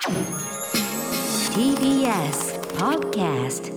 TBS Podcast。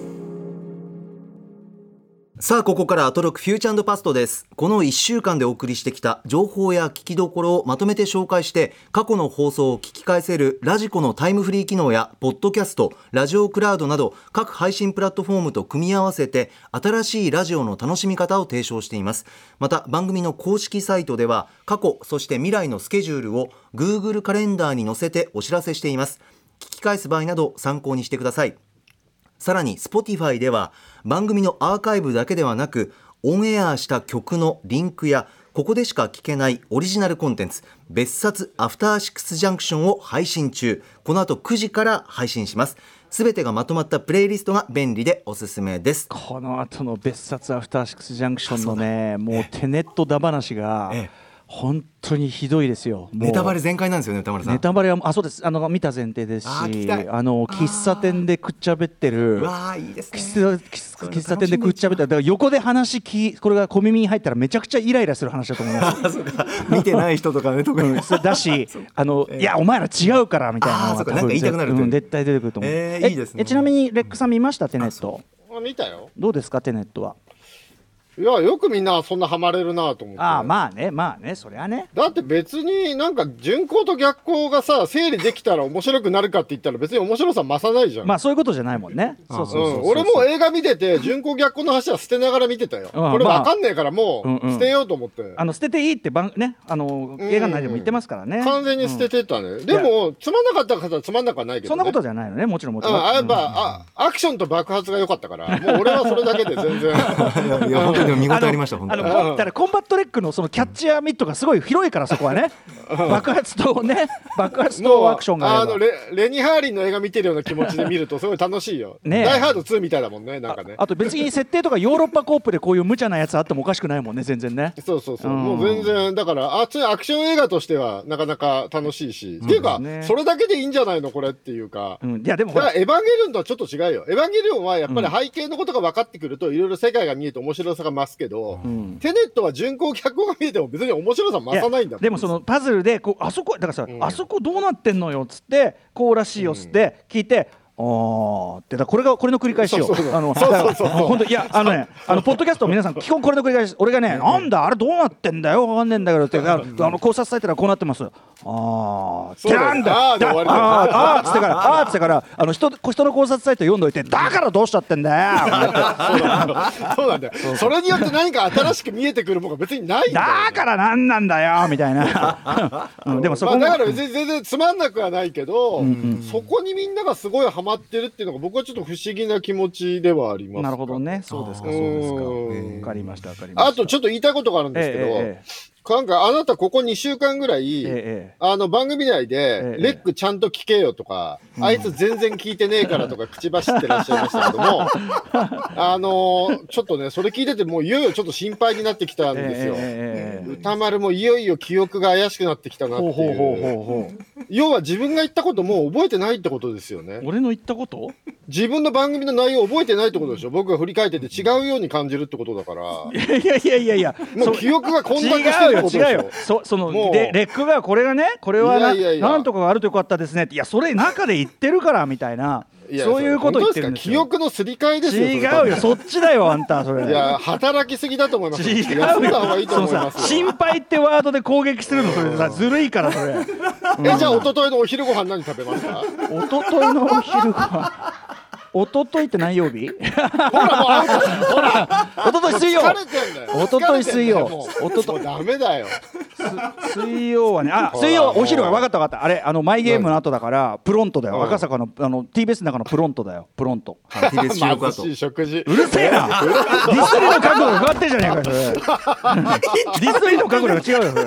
さあここからアトロックフューチャー&パストです。この1週間でお送りしてきた情報や聞きどころをまとめて紹介して、過去の放送を聞き返せるラジコのタイムフリー機能やポッドキャスト、ラジオクラウドなど各配信プラットフォームと組み合わせて新しいラジオの楽しみ方を提唱しています。また番組の公式サイトでは過去そして未来のスケジュールを Google カレンダーに載せてお知らせしています。聞き返す場合など参考にしてください。さらに Spotify では番組のアーカイブだけではなく、オンエアした曲のリンクやここでしか聞けないオリジナルコンテンツ別冊アフターシックスジャンクションを配信中。この後9時から配信します。すべてがまとまったプレイリストが便利でおすすめです。 この後の別冊アフターシックスジャンクションのね、もうテネットだ話が、本当にひどいですよ。もうネタバレ全開なんですよね、歌丸さん。 ネタバレはそうです。見た前提ですし、喫茶店でくっちゃべってる、 いいですね、 喫茶店でくっちゃべってる、だから横で話これが小耳に入ったらめちゃくちゃイライラする話だと思います見てない人とかね、特にだし、いやお前ら違うからみたいなのがなんか言いたくなると、 絶対出てくると思う。 いいですね。 ちなみにレックさん見ました？テネット。 見たよ。 どうですかテネットは。 いや、よくみんなそんなハマれるなと思って。 まあねそりゃね。 だって別になんか順光と逆光がさ整理できたら面白くなるかって言ったら別に面白さ増さないじゃん。 まあそういうことじゃないもんね。 俺も映画見てて順光逆光の話は捨てながら見てたよ。これ分かんねえからもう捨てようと思って、 捨てていいってね、映画内でも言ってますからね。 完全に捨ててたね。でもつまんなかった方はつまんなくはないけどね。 そんなことじゃないのね、もちろんもちろん。 やっぱアクションと爆発が良かったから、もう俺はそれだけで全然いや本当に見応えありました。 だからコンバットレックのそのキャッチアミットがすごい広いから、そこはね爆発とアクションがあればレニ・ハーリンの映画見てるような気持ちで見るとすごい楽しいよね。ダイハード2みたいだもんね。なんかね、 あと別に設定とかヨーロッパコープでこういう無茶なやつあってもおかしくないもんね、全然ね。 そう、もう全然だからアクション映画としてはなかなか楽しいし、っていうかそれだけでいいんじゃないのこれっていうか。 いやでもだからエヴァンゲリオンとはちょっと違うよ。エヴァンゲリオンはやっぱり背景のことが分かってくるといろいろ世界が見えて面白さが増すけど、テネットは順光逆光が見えても別に面白さ増さないんだ。 でもそのパズルであそこだからさ、あそこどうなってんのよっつってこうらしいよっつって聞いて、ってだこれの繰り返しよ。本当いやポッドキャスト皆さん基本これの繰り返し。俺がね、なんだあれどうなってんだよわかんねえんだけどって考察されたらこうなってます。なんだっつってから人の考察サイト読んどいて、だからどうしちゃってんだよそうなんだよ。それによって何か新しく見えてくるものが別にないんだよ。 だからなんなんだよみたいなでもそこだから別に全然つまんなくはないけど、そこにみんながすごいハマってるっていうのが僕はちょっと不思議な気持ちではあります。 なるほどね。そうですか。わかりました。 あとちょっと言いたいことがあるんですけど、なんかあなたここ2週間ぐらい、番組内で、レックちゃんと聞けよとか、あいつ全然聞いてねえからとか口走ってらっしゃいましたけどもちょっとねそれ聞いててもういよいよちょっと心配になってきたんですよ。歌丸もいよいよ記憶が怪しくなってきたなっていう。要は自分が言ったこともう覚えてないってことですよね。 俺の言ったこと？ 自分の番組の内容を覚えてないってことでしょ。僕が振り返ってて違うように感じるってことだから。 いやもう記憶が混濁してるってことでしょ。 違うよ。そのレックがこれはなんとかがあるとよかったですねって、いやそれ中で言ってるからみたいな、そういうこと言ってるんですよ。 記憶のすり替えですよ。 違うよ、そっちだよあんたそれ。 いや働きすぎだと思います。 違うよ。心配ってワードで攻撃するのそれさ、ずるいからそれ。 じゃあ一昨日のお昼ご飯何食べました？ 一昨日のお昼ご飯一昨日って何曜日？ほら一昨日水曜。一昨日水曜。もうダメだよ。 水曜はね、水曜お昼は分かったあれマイゲームの後だからプロントだよ。赤坂のTBS の中のプロントだよ。プロント。 貧しい食事。 うるせえな。ディスりの角度が変わってんじゃねえかよそれ。ディスりの角度が違うよ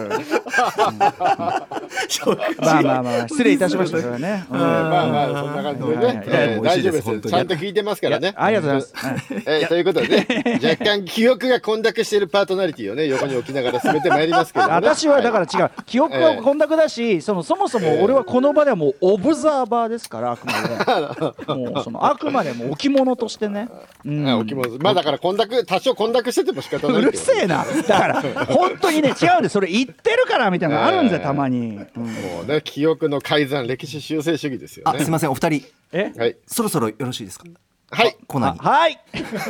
それ。まあ失礼いたしましたそれはね。 まあそんな感じでね。大丈夫です。ちゃんと聞いてますからね。 ありがとうございます。 ということでね、若干記憶が混濁しているパートナリティをね横に置きながら進めてまいりますけどね。 私私はだから違う、記憶は混濁だし、そもそも俺はこの場ではもうオブザーバーですから、あくまでもうあくまでも置物としてね、 置物、まあだから多少混濁してても仕方ない。 うるせえな、だから本当にね違うんで、それ言ってるからみたいなのがあるんですよ、たまに。もうね、記憶の改ざん、歴史修正主義ですよね。 すいません、お二人、 はい、 そろそろよろしいですか。 はい、 コーナーに。 はい。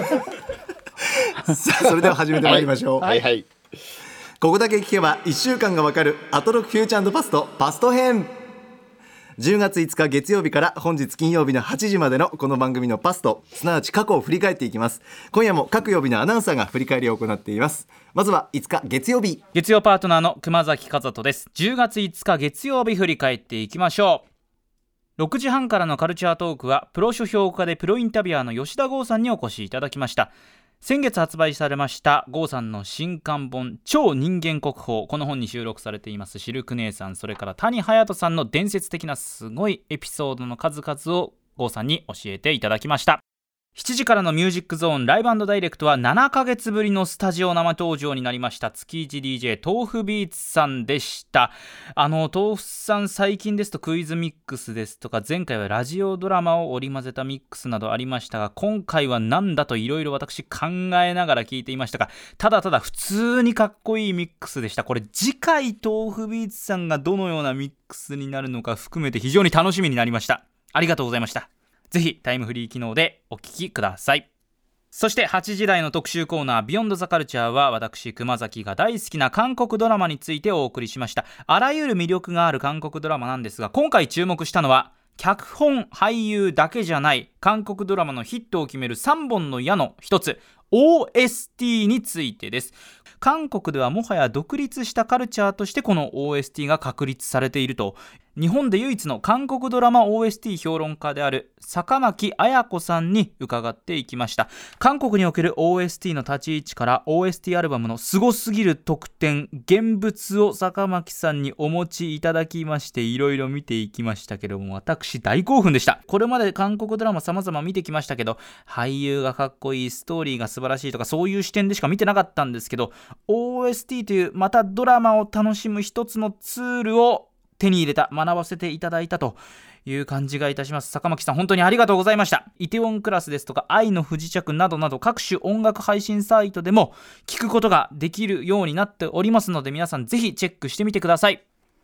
さあ、それでは始めてまいりましょう。 はいはい。 ここだけ聞けば1週間がわかるアトロックフューチャー&パストパスト編。10月5日月曜日から本日金曜日の8時までのこの番組のパスト、すなわち過去を振り返っていきます。今夜も各曜日のアナウンサーが振り返りを行っています。まずは5日月曜日、 月曜パートナーの熊崎和人です。10月5日月曜日振り返っていきましょう。6時半からのカルチャートークはプロ書評家でプロインタビュアーの吉田剛さんにお越しいただきました。先月発売されました郷さんの新刊本超人間国宝、この本に収録されていますシルク姉さん、それから谷隼人さんの伝説的なすごいエピソードの数々を郷さんに教えていただきました。7時からのミュージックゾーンライブ&ダイレクトは7ヶ月ぶりのスタジオ生登場になりました月一 DJ 豆腐ビーツさんでした。豆腐さん最近ですとクイズミックスですとか、前回はラジオドラマを織り交ぜたミックスなどありましたが、今回はなんだといろいろ私考えながら聞いていましたが、ただただ普通にかっこいいミックスでした。これ次回豆腐ビーツさんがどのようなミックスになるのか含めて非常に楽しみになりました。ありがとうございました。ぜひタイムフリー機能でお聞きください。そして8時台の特集コーナービヨンドザカルチャーは、私熊崎が大好きな韓国ドラマについてお送りしました。あらゆる魅力がある韓国ドラマなんですが、今回注目したのは脚本俳優だけじゃない韓国ドラマのヒットを決める3本の矢の一つ OST についてです。韓国ではもはや独立したカルチャーとしてこの OST が確立されていると、日本で唯一の韓国ドラマ OST 評論家である坂巻彩子さんに伺っていきました。韓国における OST の立ち位置から OST アルバムのすごすぎる特典現物を坂巻さんにお持ちいただきまして、いろいろ見ていきましたけども、私大興奮でした。これまで韓国ドラマ様々見てきましたけど、俳優がかっこいい、ストーリーが素晴らしいとか、そういう視点でしか見てなかったんですけど、 OST というまたドラマを楽しむ一つのツールを手に入れた、学ばせていただいたという感じがいたします。坂巻さん本当にありがとうございました。イテウォンクラスですとか愛の不時着などなど各種音楽配信サイトでも聞くことができるようになっておりますので、皆さんぜひチェックしてみてください。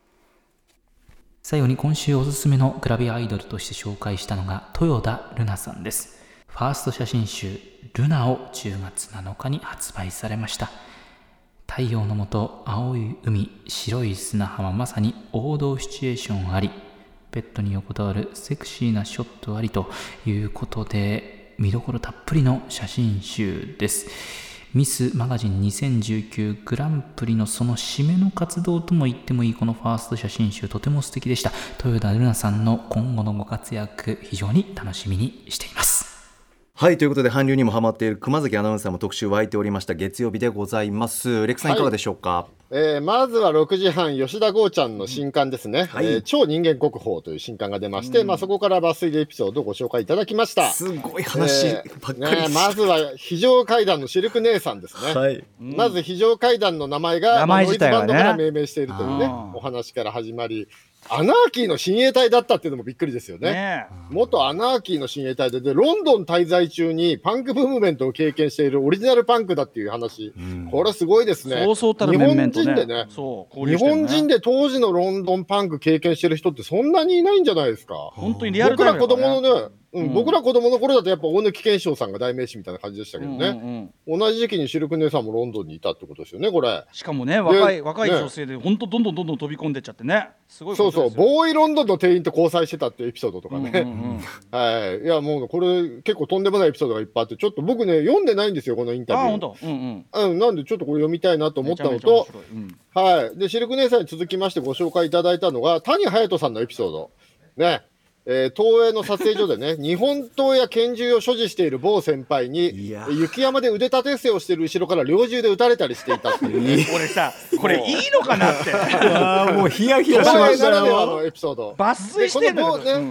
最後に今週おすすめのグラビアアイドルとして紹介したのが豊田ルナさんです。ファースト写真集ルナを10月7日に発売されました。太陽の下、青い海、白い砂浜、まさに王道シチュエーションあり、ベッドに横たわるセクシーなショットありということで、見どころたっぷりの写真集です。ミスマガジン2019グランプリのその締めの活動とも言ってもいいこのファースト写真集、とても素敵でした。豊田ルナさんの今後のご活躍、非常に楽しみにしています。 はい、ということで韓流にもハマっている熊崎アナウンサーも特集湧いておりました月曜日でございます。レクさんいかがでしょうか。 まずは6時半吉田剛ちゃんの新刊ですね、超人間国宝という新刊が出まして、そこから抜粋でエピソードをご紹介いただきました。 すごい話ばっかり、 まずは非常階段のシルク姉さんですね、まず非常階段の名前がノイズバンドから命名しているというねお話から始まり、アナーキーの親衛隊だったっていうのもびっくりですよね。元アナーキーの親衛隊でロンドン滞在中にパンクムーブメントを経験しているオリジナルパンクだっていう話、これすごいですね。 そうたる面々とね、 日本人で当時のロンドンパンク経験してる人ってそんなにいないんじゃないですか。 本当にリアルタイムだからね。 僕ら子供の頃だとやっぱ大貫健章さんが代名詞みたいな感じでしたけどね、同じ時期にシルク姉さんもロンドンにいたってことですよね。これしかもね、若い女性で本当どんどん飛び込んでっちゃってね、すごいことですよ。 そうボーイロンドンの店員と交際してたっていうエピソードとかね、いやもうこれ結構とんでもないエピソードがいっぱいあって、ちょっと僕ね読んでないんですよこのインタビュー。なんでちょっとこれ読みたいなと思ったのと、でシルク姉さんに続きましてご紹介いただいたのが谷隼人さんのエピソードね。東映の撮影所でね日本刀や拳銃を所持している某先輩に雪山で腕立て伏せをしている後ろから猟銃で撃たれたりしていたっていうね俺さこれいいのかなってもうヒヤヒヤしましたよ。 東映ならではのエピソード。 抜粋してんだけど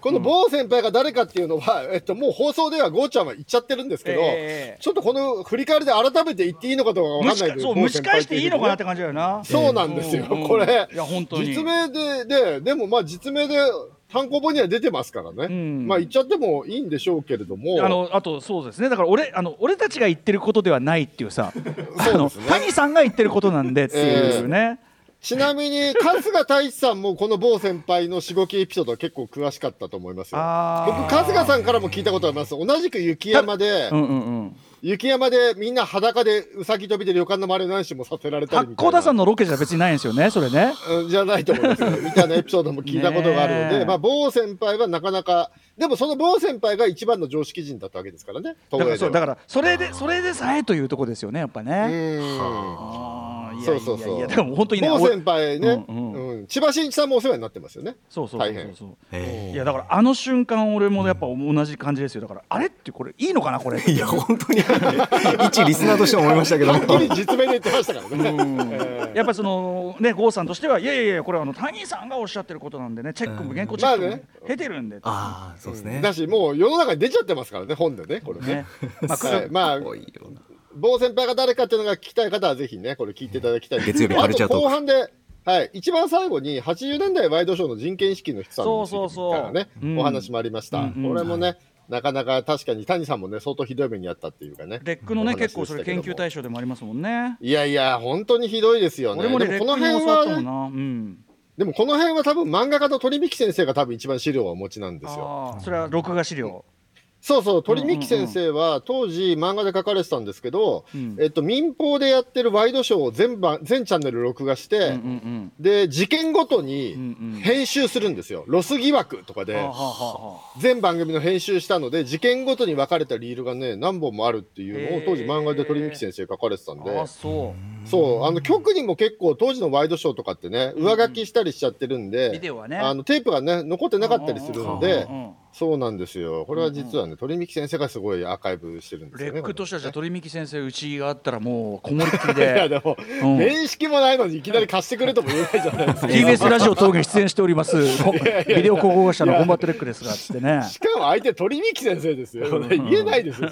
この某先輩が誰かっていうのは、もう放送ではゴーちゃんは言っちゃってるんですけど、ちょっとこの振り返りで改めて言っていいのかどうかわかんないけど、 そう蒸し返していいのかなって感じだよな。 そうなんですよ、これいや本当に実名でもまあ実名で単行本には出てますからね、まあ言っちゃってもいいんでしょうけれども、 あとそうですね、だから俺たちが言ってることではないっていうさ、 そうですね、 谷さんが言ってることなんでっていうね、 ちなみに春日太一さんもこの某先輩のしごきエピソードは結構詳しかったと思いますよ。僕春日さんからも聞いたことあります。同じく雪山で、雪山でみんな裸でうさぎ跳びで旅館の周りの何周もさせられたりみたいな。 八甲田山のロケじゃ別にないんですよね、それね。 じゃないと思いますよみたいなエピソードも聞いたことがあるので、まあ某先輩はなかなか、でもその某先輩が一番の常識人だったわけですからね。 だからそれでさえというところですよね、やっぱね。 そうそうそう。 いやでも本当にね、 某先輩ね、千葉真一さんもお世話になってますよね。 そう大変。 いやだからあの瞬間俺もやっぱ同じ感じですよ。だからあれってこれいいのかなこれ。 いや本当に一リスナーとして思いましたけども。 はっきり実名で言ってましたからね。 やっぱそのね郷さんとしてはいやこれ谷さんがおっしゃってることなんでね、チェックも原稿チェックも経てるんで。 ああそうですね。 だしもう世の中に出ちゃってますからね、本でねこれね。まあ某先輩が誰かっていうのが聞きたい方はぜひねこれ聞いていただきたい。 月曜日カルチャートーク。 後半で、はい、一番最後に80年代ワイドショーの人権意識の低さについてからねお話もありました。これもねなかなか確かに谷さんもね相当ひどい目にあったっていうかね。 レックのね結構それ研究対象でもありますもんね。 いや本当にひどいですよね。 俺もねレックに教わったもんな。 でもこの辺は多分漫画家の鳥幹先生が多分一番資料をお持ちなんですよ。 それは録画資料。 そう鳥幹先生は当時漫画で書かれてたんですけど、民放でやってるワイドショーを全チャンネル録画して、で事件ごとに編集するんですよ。ロス疑惑とかで全番組の編集したので事件ごとに分かれたリールがね何本もあるっていうのを当時漫画で鳥幹先生書かれてたんで、そう局にも結構当時のワイドショーとかってね上書きしたりしちゃってるんで、テープがね残ってなかったりするので。そうなんですよ。これは実はね、鳥幹先生がすごいアーカイブしてるんですよね。 レックとしてはじゃあ鳥幹先生うちがあったらもうこもりっきりで。 いやでも、面識もないのにいきなり貸してくれとも言えないじゃないですか。 TBS ラジオ東京出演しておりますビデオ広告会社のコンバットレックですがつってね。 しかも相手鳥幹先生ですよ。言えないですよ。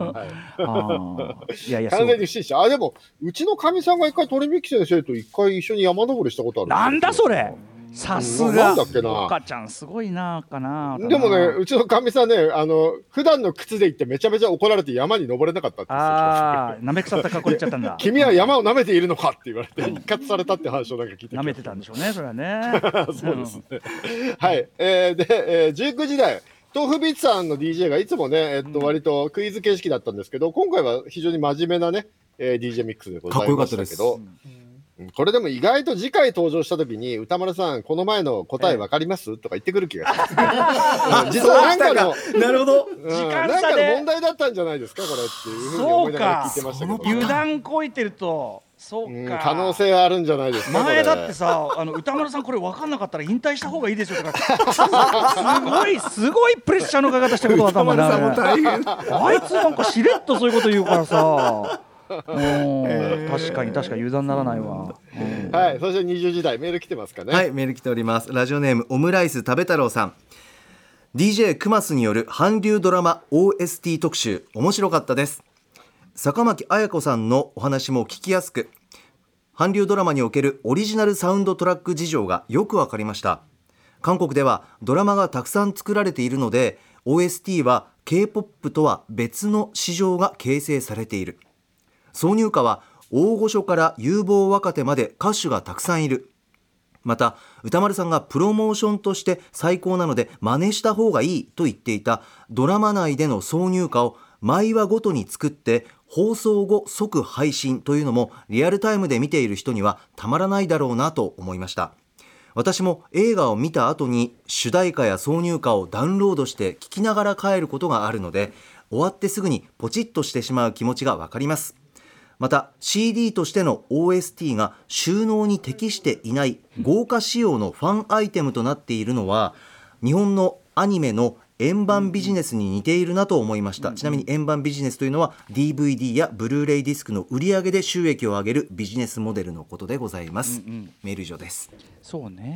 いや完全に不審者。でもうちのかみさんが一回鳥幹先生と一回一緒に山登りしたことある。 なんだそれ。さすが岡ちゃんすごいなかな。 でもねうちのかみさんね普段の靴で行ってめちゃめちゃ怒られて山に登れなかったって。 なめくさった格好で行っちゃったんだ。 君は山を舐めているのかって言われて一括されたって話をなんか聞いて。 舐めてたんでしょうねそれはね。 そうですね。はいで19時台豆腐ビーツさんの DJ がいつもね割とクイズ形式だったんですけど今回は非常に真面目なねDJ ミックスでございましたけど。これでも意外と次回登場した時に歌丸さんこの前の答え分かります、とか言ってくる気がします、実はなんかのなるほど、 なんかの問題だったんじゃないですかこれっていうふうに思いながら聞いてましたけど、 油断こいてるとそうか、 可能性はあるんじゃないですか。 前だってさ歌丸さんこれ分かんなかったら引退した方がいいですよとかすごいプレッシャーのかかたしたことだったもんね。あいつなんかしれっとそういうこと言うからさ確かに油断ならないわ。 はい、そして20時台メール来てますかね。 はい、メール来ております。ラジオネームオムライス食べ太郎さん。 DJ クマスによる韓流ドラマ OST 特集面白かったです。坂巻彩子さんのお話も聞きやすく、韓流ドラマにおけるオリジナルサウンドトラック事情がよくわかりました。韓国ではドラマがたくさん作られているので OST は K-POP とは別の市場が形成されている。挿入歌は大御所から有望若手まで歌手がたくさんいる。また歌丸さんがプロモーションとして最高なので真似した方がいいと言っていたドラマ内での挿入歌を毎話ごとに作って放送後即配信というのもリアルタイムで見ている人にはたまらないだろうなと思いました。私も映画を見た後に主題歌や挿入歌をダウンロードして聴きながら帰ることがあるので終わってすぐにポチッとしてしまう気持ちがわかります。また CD としての OST が収納に適していない豪華仕様のファンアイテムとなっているのは日本のアニメの円盤ビジネスに似ているなと思いました。ちなみに円盤ビジネスというのは DVD やブルーレイディスクの売り上げで収益を上げるビジネスモデルのことでございます。メール以上です。 そうね、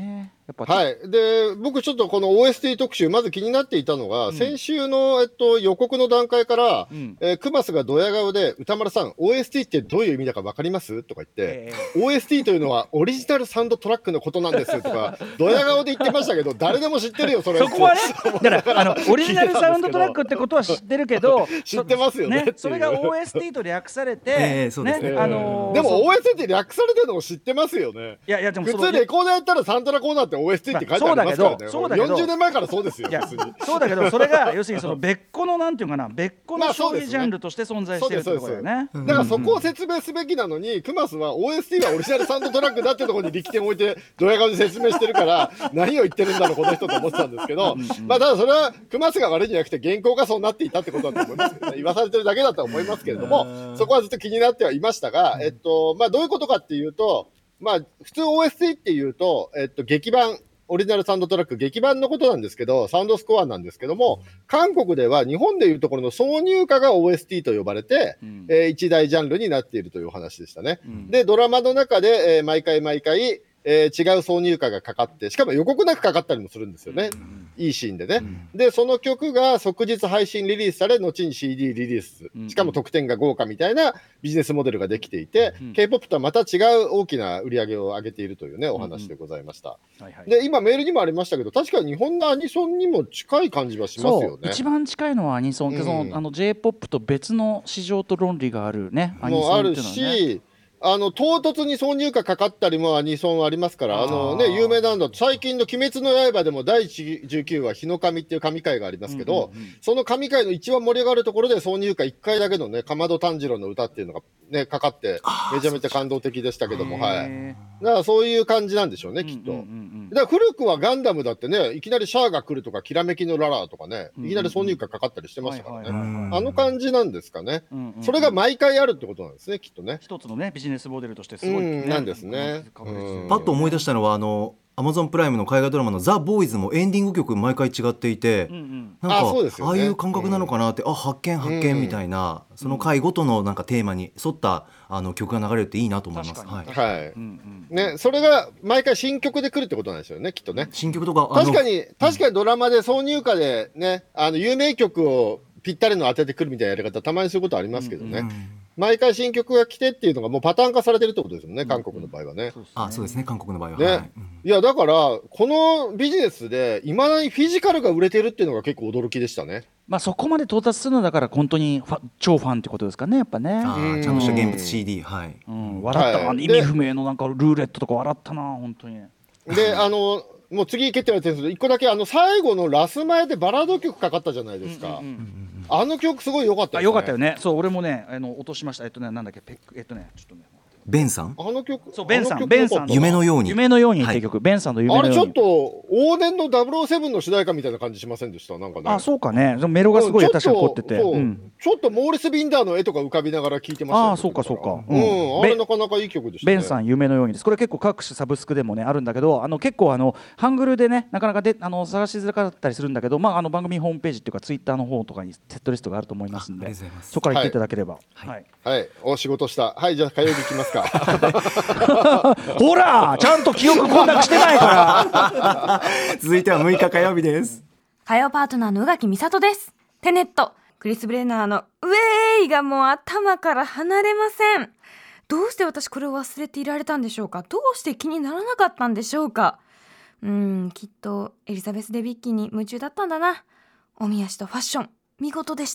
やっぱはい。で、僕ちょっとこの OST 特集、まず気になっていたのが、先週の、予告の段階から、クマスがドヤ顔で、歌丸さん、OST ってどういう意味だか分かりますとか言って、OST というのはオリジナルサウンドトラックのことなんですとか、ドヤ顔で言ってましたけど、誰でも知ってるよ、それ。 そこはね、だからオリジナルサウンドトラックってことは知ってるけど、 知ってますよね。 それが OST と略されて、 そうですね。 でも OST って略されてるのを知ってますよね。 いやでも普通レコーダーやったらサントラコーナーって OST って書いてありますからね。 そうだけど 40年前からそうですよ。 そうだけど、それが要するにその別個のなんていうかな、別個の消費ジャンルとして存在してるってことだよね。 だからそこを説明すべきなのに、クマスは OST はオリジナルサウンドトラックだってところに力点を置いてドヤ顔で説明してるから何を言ってるんだろうこの人と思ってたんですけど、ただそれはクマスが悪いんじゃなくて原稿がそうなっていたってことだと思いますけどね。言わされてるだけだと思いますけれども、そこはずっと気になってはいましたが、どういうことかっていうと、普通 OST っていうと、劇版、オリジナルサウンドトラック、劇版のことなんですけど、サウンドスコアなんですけども、韓国では日本でいうところの挿入歌が OST と呼ばれて、一大ジャンルになっているというお話でしたね。で、ドラマの中で、毎回、違う挿入歌がかかって、しかも予告なくかかったりもするんですよね。いいシーンでね。で、その曲が即日配信リリースされ、後に CD リリース。しかも特典が豪華みたいなビジネスモデルができていて、K-POP とはまた違う大きな売り上げを上げているというね、お話でございました。で、今メールにもありましたけど、確かに日本のアニソンにも近い感じはしますよね。 一番近いのはアニソン。J-POP と別の市場と論理があるね、アニソンっていうのはね。もあるし、 唐突に挿入歌かかったりもアニソンありますから、有名なんだと、最近の鬼滅の刃でも第19話、日の神っていう神回がありますけど、その神回の一番盛り上がるところで挿入歌1回だけのね、かまど炭治郎の歌っていうのがね、かかって、めちゃめちゃ感動的でしたけども、はい。だからそういう感じなんでしょうね、きっと。だから古くはガンダムだってね、いきなりシャアが来るとか、きらめきのララとかね、いきなり挿入歌かかったりしてましたからね。あの感じなんですかね。それが毎回あるってことなんですね、きっとね。 一つのね、ビジネスモデルとしてすごい、 なんですね。 パッと思い出したのはAmazon プライムの海外ドラマのザ・ボーイズもエンディング曲毎回違っていて、なんかああいう感覚なのかなって、発見みたいな、その回ごとのなんかテーマに沿った曲が流れるっていいなと思います。 ね、それが毎回新曲で来るってことなんですよね、きっとね。 新曲とか確かにドラマで挿入歌でね、有名曲をぴったりの当ててくるみたいなやり方たまにすることありますけどね。毎回新曲が来てっていうのがもうパターン化されてるってことですもんね、韓国の場合はね。 そうですね、韓国の場合は。 ね、いやだからこのビジネスでいまだにフィジカルが売れてるっていうのが結構驚きでしたね。 そこまで到達するのだから本当に超ファンってことですかね、やっぱね。 ちゃんとした現物 CD、 笑ったな、意味不明のなんかルーレットとか笑ったな、本当に。 でもう次決定の点数で1個だけ最後のラス前でバラード曲かかったじゃないですか。あの曲すごい良かったですね。 良かったよね。そう、俺もね、落としました。なんだっけ、ちょっとね。 ベンさん。 あの曲。 そう、ベンさん。 夢のように。 夢のようにって曲。ベンさんの夢のように。 あれちょっと往年の007の主題歌みたいな感じしませんでした？なんかね。 そうかね。メロがすごい確か凝ってて。 ちょっとモーリス・ビンダーの絵とか浮かびながら聴いてました。 そうか。 あれなかなかいい曲でしたね。 ベンさん夢のようにです。これ結構各種サブスクでもねあるんだけど、結構ハングルでねなかなか探しづらかったりするんだけど、番組ホームページっていうかツイッターの方とかにセットリストがあると思いますんで、そこから言っていただければ。 はい。お仕事した。はい、じゃあ火曜日行きますか。 ほら、ちゃんと記憶混濁してないから。 続いては6日火曜日です。 火曜パートナーの宇垣美里です。テネット、クリス・ブレナーのウェーイがもう頭から離れません。どうして私これを忘れていられたんでしょうか。どうして気にならなかったんでしょうか。きっとエリザベス・デビッキーに夢中だったんだな。おみ足とファッション見事でした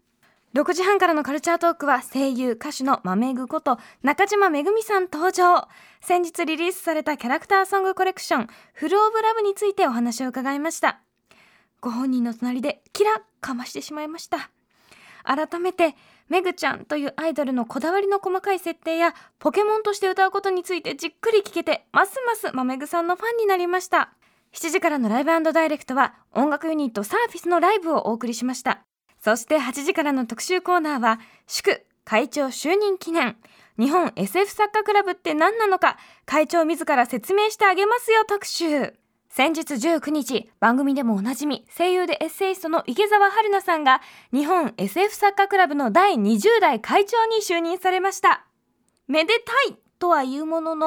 。6時半からのカルチャートークは声優歌手のまめぐこと中島めぐみさん登場。先日リリースされたキャラクターソングコレクションフルオブラブについてお話を伺いました。ご本人の隣でキラッかましてしまいました。改めてめぐちゃんというアイドルのこだわりの細かい設定やポケモンとして歌うことについてじっくり聞けて、ますますまめぐさんのファンになりました。7時からのライブ&ダイレクトは音楽ユニットサーフィスのライブをお送りしました。そして8時からの特集コーナーは祝会長就任記念、日本 SF 作家クラブって何なのか会長自ら説明してあげますよ特集。先日19日番組でもおなじみ声優でエッセイストの池澤春菜さんが日本 SF 作家クラブの第20代会長に就任されました。めでたいとはいうものの、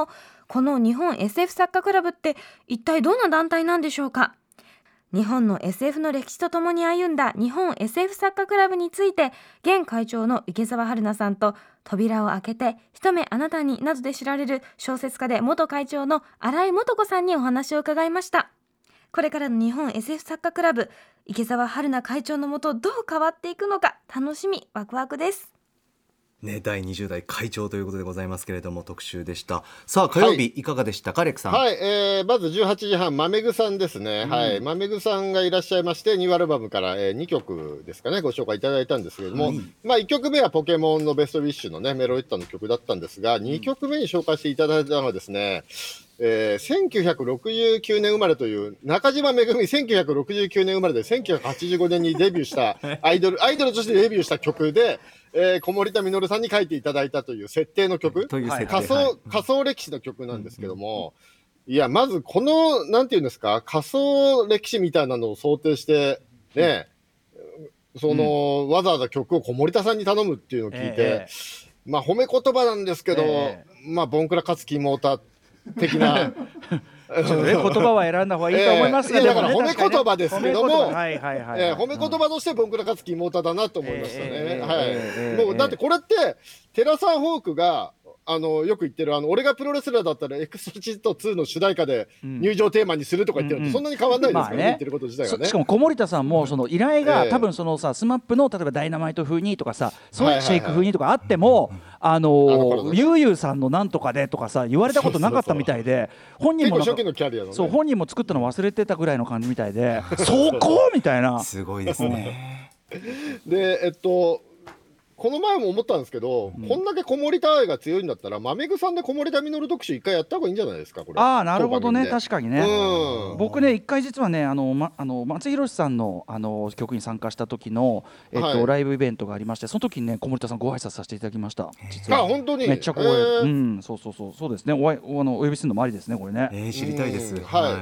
この日本 SF 作家クラブって一体どんな団体なんでしょうか。日本の SF の歴史とともに歩んだ日本 SF 作家クラブについて、現会長の池澤春菜さんと扉を開けて一目あなたになどで知られる小説家で元会長の新井素子さんにお話を伺いました。これからの日本 SF 作家クラブ、池澤春菜会長のもとどう変わっていくのか楽しみワクワクです。 ね、第20代会長ということでございますけれども、特集でした。さあ火曜日いかがでしたか、レックさん。 はい、まず18時半、まめぐさんですね、はい、まめぐさんがいらっしゃいまして、ニューアルバムから、2曲ですかね、ご紹介いただいたんですけれども、1曲目はポケモンのベストウィッシュのね、メロディッタの曲だったんですが、2曲目に紹介していただいたのはですね、1969年生まれという中島めぐみ、1969年生まれで1985年にデビューしたアイドルとしてデビューした曲で、小森田実さんに書いていただいたという設定の曲、仮想歴史の曲なんですけども、いやまずこのなんていうんですか、仮想歴史みたいなのを想定してね、わざわざ曲を小森田さんに頼むっていうのを聞いて、まあ褒め言葉なんですけど、まあボンクラ勝木妹的な言葉は選んだ方がいいと思いますが、 だから褒め言葉ですけども、褒め言葉としてボンクラ勝木妹だなと思いましたね。もうだってこれってテラサンホークがよく言ってる俺がプロレスラーだったらエクソシスト2の主題歌で入場テーマにするとか言ってると、そんなに変わらないですからね、言ってること自体がね。 しかも小森田さんもその依頼が多分そのさ、スマップの例えばダイナマイト風にとかさ、そういうシェイク風にとかあっても、ゆうゆうさんのなんとかでとかさ言われたことなかったみたいで、本人も結構初期のキャリアのね、 そう本人も作ったの忘れてたぐらいの感じみたいで、そこみたいな、 すごいですね。 でこの前も思ったんですけど、こんだけ小森田愛が強いんだったら、まめぐさんで小森田実特集一回やった方がいいんじゃないですか、これ。 なるほどね、確かにね。僕ね、一回実はね、松井宏さんの曲に参加した時のライブイベントがありまして、その時にね、小森田さんご挨拶させていただきました。実は本当にめっちゃ光栄。そうですね。お呼びするのもありですね、これね。 知りたいです。 はい。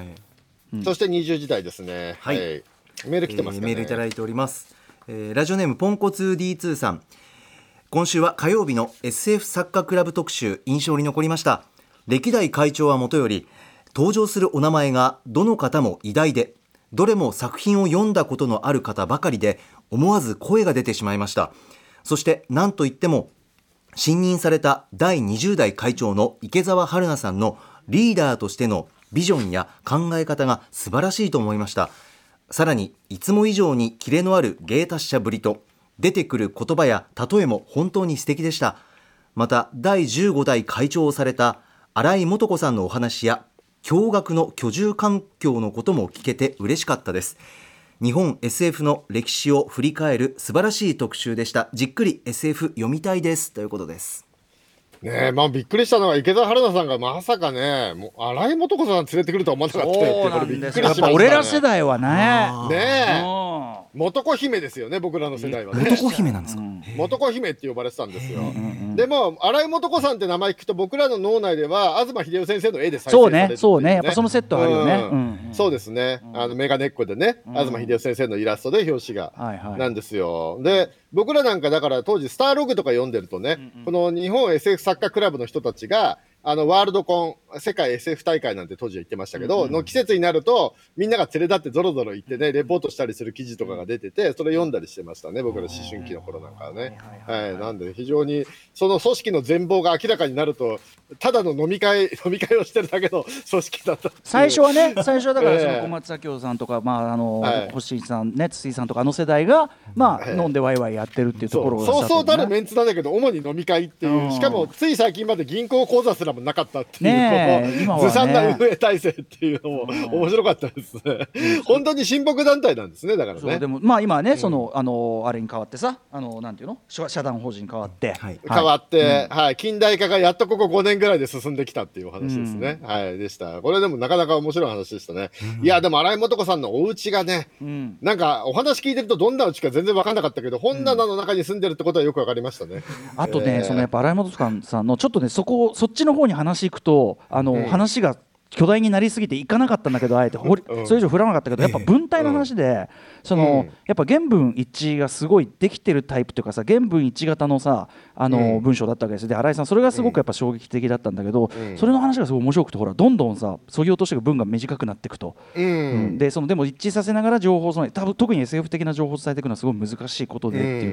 そして20時台ですね。はい。メール来てますかね。 メールいただいております。ラジオネームポンコ 2D2 さん。今週は火曜日の SF 作家クラブ特集、印象に残りました。歴代会長はもとより、登場するお名前がどの方も偉大で、どれも作品を読んだことのある方ばかりで、思わず声が出てしまいました。そして何といっても新任された第20代会長の池澤春菜さんのリーダーとしてのビジョンや考え方が素晴らしいと思いました。さらにいつも以上にキレのある芸達者ぶりと、出てくる言葉や例えも本当に素敵でした。また第15代会長をされた新井素子さんのお話や驚愕の居住環境のことも聞けて嬉しかったです。日本 SF の歴史を振り返る素晴らしい特集でした。じっくり SF 読みたいですということです。 ねえ、びっくりしたのは池澤春菜さんがまさかね、もう新井素子さん連れてくるとは思わなかったってそうなんですよ。やっぱ俺ら世代はね、 元子姫ですよね、僕らの世代はね。 元子姫なんですか。 元子姫って呼ばれてたんですよ。でも新井素子さんって名前聞くと僕らの脳内では東秀夫先生の絵で再生される。 そうね、やっぱそのセットあるよね。 そうですね、メガネっ子でね、東秀夫先生のイラストで表紙がなんですよ。で僕らなんかだから当時スターログとか読んでるとね、この日本 SF 作家クラブの人たちがワールドコン世界 SF 大会なんて当時は言ってましたけど、の季節になるとみんなが連れ立ってゾロゾロ行ってね、レポートしたりする記事とかが出てて、それ読んだりしてましたね、僕ら思春期の頃なんかはね。なんで非常にその組織の全貌が明らかになると、ただの飲み会をしてるだけの組織だった最初はだからその小松左京さんとか、星井さんね、筒井さんとか世代が飲んでワイワイやってるっていうところがそうそうたるメンツなんだけど、主に飲み会っていう、しかもつい最近まで銀行口座すらもなかったっていう、ずさんな運営体制っていうのも面白かったですね。本当に親睦団体なんですね、だからね。 でも今はね、あれに変わってさ、なんていうの、社団法人変わって近代化がやっとここ5年ぐらいで進んできたっていうお話ですね。でした。これでもなかなか面白い話でしたね。いやでも新井素子さんのお家がね、なんかお話聞いてるとどんな家か全然分かんなかったけど、本棚の中に住んでるってことはよく分かりましたね。 あとね、やっぱ新井素子さんのちょっとね、そっちの方に話いくと話が巨大になりすぎていかなかったんだけど、あえてそれ以上振らなかったけど、やっぱ分体の話で、やっぱ原文一致がすごいできてるタイプというかさ、原文一致型のさ文章だったわけです。で新井さんそれがすごくやっぱ衝撃的だったんだけど、それの話がすごい面白くて、ほらどんどんさ削ぎ落としていく文が短くなっていくと、ででも一致させながら情報特に SF 的な情報を伝えていくのはすごい難しいことでっていう、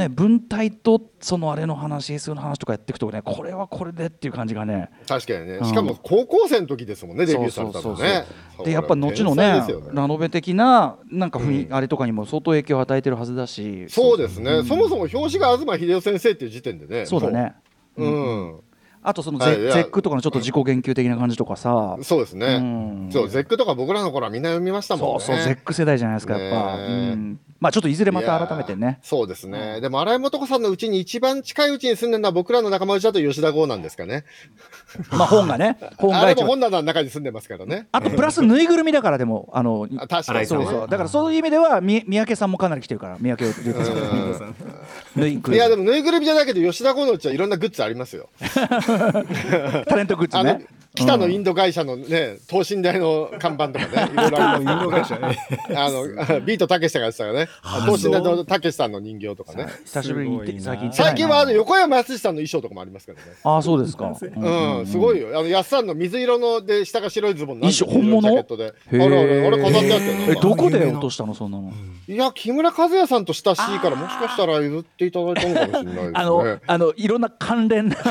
文体とあれの話 SF の話とかやっていくとね、これはこれでっていう感じがね。 確かにね、しかも高校生の時ですもんね、デビューされたのね。 でやっぱ後のねラノベ的ななんかあれとかにも相当影響を与えてるはずだし。 そうですね、そもそも表紙が東秀夫先生っていう時点でね。 そうだね。あと絶句とかのちょっと自己言及的な感じとかさ。 そうですね、絶句とか僕らの頃はみんな読みましたもんね。 そう絶句世代じゃないですか、やっぱ。ちょっといずれまた改めてね。 そうですね、でも新井素子さんのうちに一番近いうちに住んでるのは僕らの仲間内だと吉田剛なんですかね。 本がね、 あれも本棚の中に住んでますからね。 あとプラスぬいぐるみだから、でも確かにそうだからそういう意味では三宅さんもかなり来てるから、三宅龍太さん。 いやでもぬいぐるみじゃないけど吉田剛のうちはいろんなグッズありますよ。 タレントグッズね。 北のインド会社のね、等身大の看板とかね、いろいろありますよね。ビートたけしさんがやってたよね。等身大のたけしさんの人形とかね。 久しぶりに最近は横山やすしさんの衣装とかもありますからね。 ああそうですか。 すごいよ。やすさんの水色ので下が白いズボンの本物？ ジャケットで。あれ飾ってあってね。 どこで落としたのそんなの？ いや木村和也さんと親しいからもしかしたら譲っていただいたのかもしれないですね。 いろんな関連の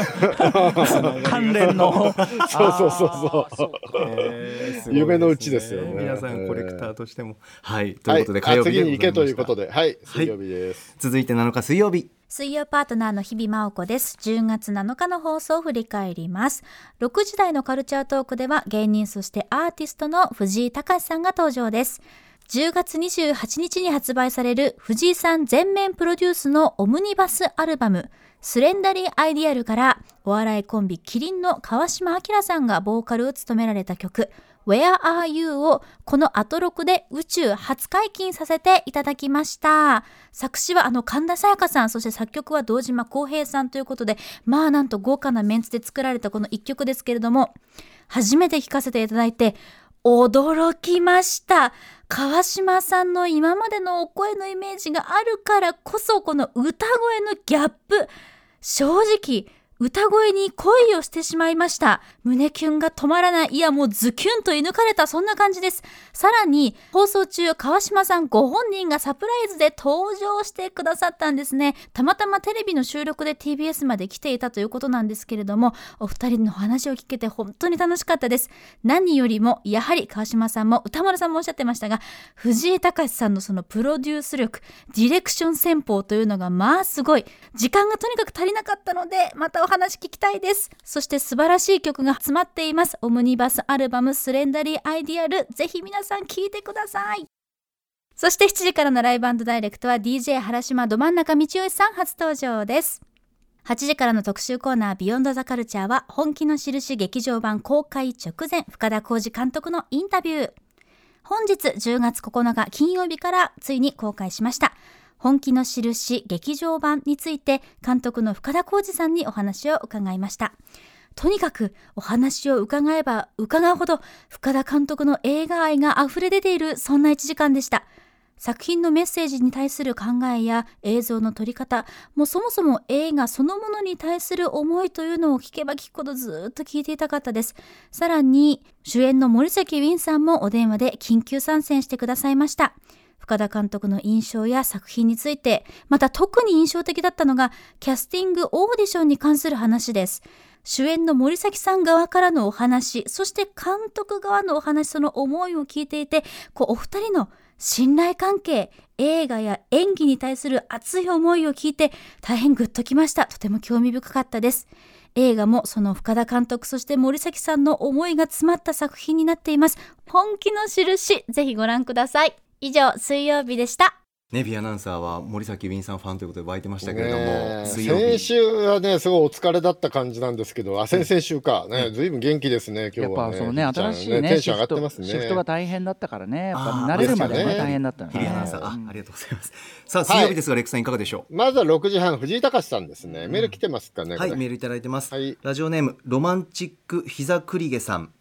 そう夢のうちですよね。 皆さんコレクターとしてもはいということで火曜日で次に行けということで水曜日です。 続いて7日水曜日。 水曜パートナーの日々真央子です。10月7日の放送を振り返ります。6時台のカルチャートークでは芸人そしてアーティストの藤井隆さんが登場です。10月28日に発売される藤井さん全面プロデュースのオムニバスアルバムスレンダリーアイディアルからお笑いコンビキリンの川島明さんがボーカルを務められた曲 Where Are You をこのアトロクで宇宙初解禁させていただきました。作詞は神田沙也加さん、そして作曲は堂島康平さんということで、なんと豪華なメンツで作られたこの一曲ですけれども、初めて聴かせていただいて驚きました。川島さんの今までのお声のイメージがあるからこそ、この歌声のギャップ、正直歌声に恋をしてしまいました。胸キュンが止まらない。いやもうズキュンと射抜かれた、そんな感じです。さらに放送中川島さんご本人がサプライズで登場してくださったんですね。たまたまテレビの収録で TBS まで来ていたということなんですけれども、お二人の話を聞けて本当に楽しかったです。何よりもやはり川島さんも歌丸さんもおっしゃってましたが、藤井隆さんのそのプロデュース力、ディレクション戦法というのがすごい。時間がとにかく足りなかったのでまたお話聞きたいです。そして素晴らしい曲が詰まっています。オムニバスアルバムスレンダリーアイディアル、ぜひ皆さん聴いてください。そして7時からのライブ&ダイレクトは DJ 原島ど真ん中道義さん初登場です。8時からの特集コーナービヨンドザカルチャーは本気の印劇場版公開直前、深田浩二監督のインタビュー。本日10月9日金曜日からついに公開しました本気の印劇場版について、監督の深田浩二さんにお話を伺いました。とにかくお話を伺えば伺うほど深田監督の映画愛が溢れ出ている、そんな1時間でした。作品のメッセージに対する考えや映像の撮り方、もうそもそも映画そのものに対する思いというのを聞けば聞くほどずっと聞いていたかったです。さらに主演の森崎ウィンさんもお電話で緊急参戦してくださいました。深田監督の印象や作品について、また特に印象的だったのがキャスティングオーディションに関する話です。主演の森崎さん側からのお話、そして監督側のお話、その思いを聞いていて、お二人の信頼関係、映画や演技に対する熱い思いを聞いて大変グッときました。とても興味深かったです。映画もその深田監督、そして森崎さんの思いが詰まった作品になっています。本気の印、ぜひご覧ください。以上、水曜日でした。 ネビアナウンサーは森崎ウィンさんファンということで湧いてましたけれども、 先週はねすごいお疲れだった感じなんですけど、先々週かね、ずいぶん元気ですね今日はね。 やっぱそうね、新しいねテンション上がってますね。 シフトが大変だったからね、やっぱ慣れるまでね大変だったね。 日比アナウンサー、ありがとうございます。さあ水曜日ですが、レックさんいかがでしょう。 まずは6時半、藤井隆さんですね。メール来てますかね。 はい、メールいただいてます。 はい、 ラジオネームロマンチック膝栗毛さん。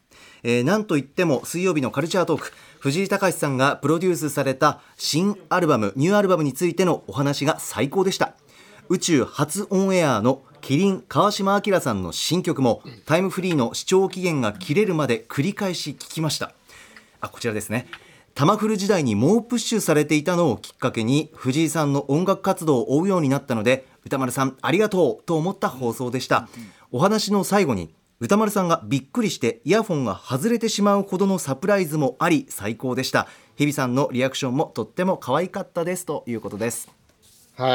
なんといっても水曜日のカルチャートーク、藤井隆さんがプロデュースされた新アルバム、ニューアルバムについてのお話が最高でした。宇宙初オンエアのキリン川島明さんの新曲もタイムフリーの視聴期限が切れるまで繰り返し聴きました。こちらですね。タマフル時代に猛プッシュされていたのをきっかけに藤井さんの音楽活動を追うようになったので、歌丸さんありがとうと思った放送でした。お話の最後に歌丸さんがびっくりしてイヤフォンが外れてしまうほどのサプライズもあり最高でした。日比さんのリアクションもとっても可愛かったですということです。 はい、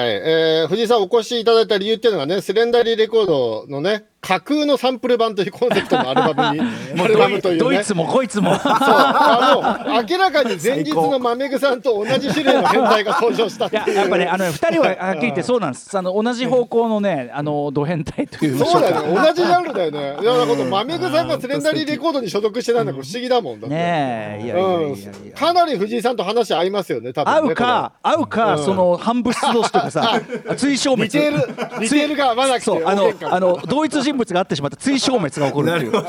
藤井さんお越しいただいた理由っていうのがね、スレンダリーレコードのね、架空のサンプル版というコンセプトのアルバムにアルバムというね、 どいつもこいつもそう明らかに前日のマメグさんと同じ種類の変態が登場したっていう。 やっぱね、2人ははっきり言ってそうなんです。同じ方向のね、ド変態というそうだよね、同じジャンルだよね。だからこのマメグさんがスレンダリーレコードに所属してないのが不思議だもんだってね。いやかなり藤井さんと話合いますよね、多分ね。 合うか、その反物質同士とかさ追消滅、 似てるが合わなくて、 同一人物があってしまった追消滅が起こるっていう、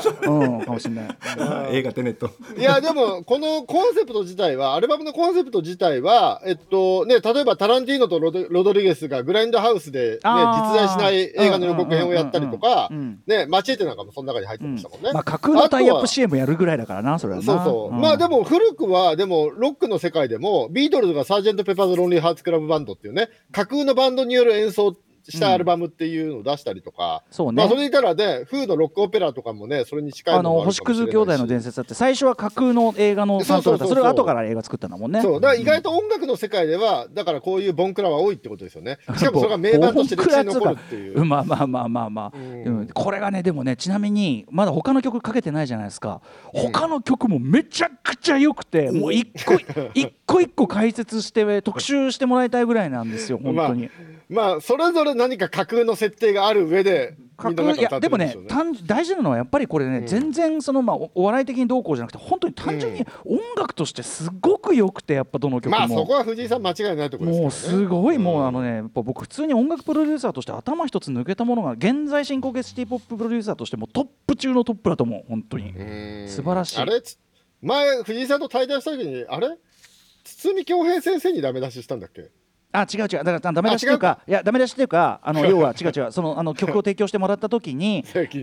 かもしれない。 映画テネット。 いやでもこのコンセプト自体は、アルバムのコンセプト自体はね、例えばタランティーノとロドリゲスがグラインドハウスで、ね、実在しない映画の予告編をやったりとか、ね、マチエテなんかもその中に入ってましたもんね。 架空のタイアップ CM やるぐらいだからな、それはな。 そう、まあでも古くはでもロックの世界でもビートルズがサージェント・ペパーズ・ロンリー・ハーツ・クラブ・バンドっていうね、架空のバンドによる演奏したアルバムっていうのを出したりとか、 そうね、 それでいたらね、フーのロックオペラとかもね、それに近いものがあるかもしれないし、 星屑兄弟の伝説だって最初は架空の映画のサントラだった。それを後から映画作ったんだもんね。 そうだから意外と音楽の世界ではだからこういうボンクラは多いってことですよね。しかもそれが名盤として歴史に残るっていう。 まあ、これがね、でもね、ちなみにまだ他の曲かけてないじゃないですか。他の曲もめちゃくちゃ良くて、もう一個解説して特集してもらいたいぐらいなんですよ、本当に。 まあそれぞれ何か架空の設定がある上でいやでもね、大事なのはやっぱりこれね、全然お笑い的にどうこうじゃなくて、本当に単純に音楽としてすごく良くて、やっぱどの曲も、 まあそこは藤井さん間違いないところですからね。 もうすごい、もうやっぱ僕普通に音楽プロデューサーとして頭一つ抜けたものが、現在進行形シティポッププロデューサーとしてもトップ中のトップだと思う。本当に素晴らしい。 あれ前藤井さんと対談した時に、あれ堤恭平先生にダメ出ししたんだっけ？ 違うだからダメ出しっていうか、いやダメ出しっていうか、要は違うその曲を提供してもらった時に堤